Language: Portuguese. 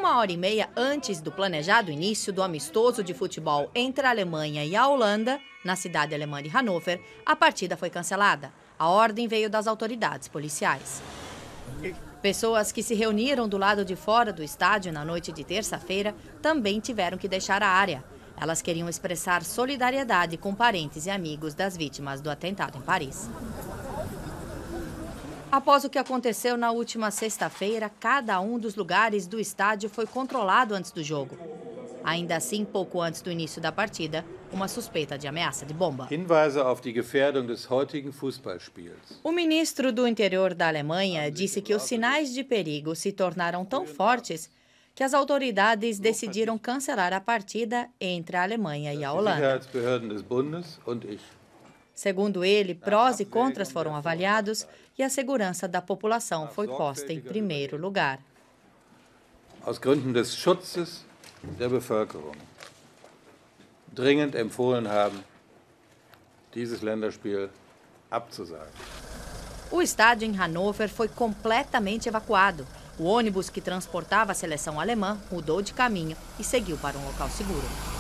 1h30 antes do planejado início do amistoso de futebol entre a Alemanha e a Holanda, na cidade alemã de Hannover, a partida foi cancelada. A ordem veio das autoridades policiais. Pessoas que se reuniram do lado de fora do estádio na noite de terça-feira também tiveram que deixar a área. Elas queriam expressar solidariedade com parentes e amigos das vítimas do atentado em Paris. Após o que aconteceu na última sexta-feira, cada um dos lugares do estádio foi controlado antes do jogo. Ainda assim, pouco antes do início da partida, uma suspeita de ameaça de bomba. Hinweise auf die Gefährdung des heutigen Fußballspiels. O ministro do Interior da Alemanha disse que os sinais de perigo se tornaram tão fortes que as autoridades decidiram cancelar a partida entre a Alemanha e a Holanda. Segundo ele, prós e contras foram avaliados e a segurança da população foi posta em primeiro lugar. Aus Gründen des Schutzes der Bevölkerung dringend empfohlen haben, dieses Länderspiel abzusagen. O estádio em Hannover foi completamente evacuado. O ônibus que transportava a seleção alemã mudou de caminho e seguiu para um local seguro.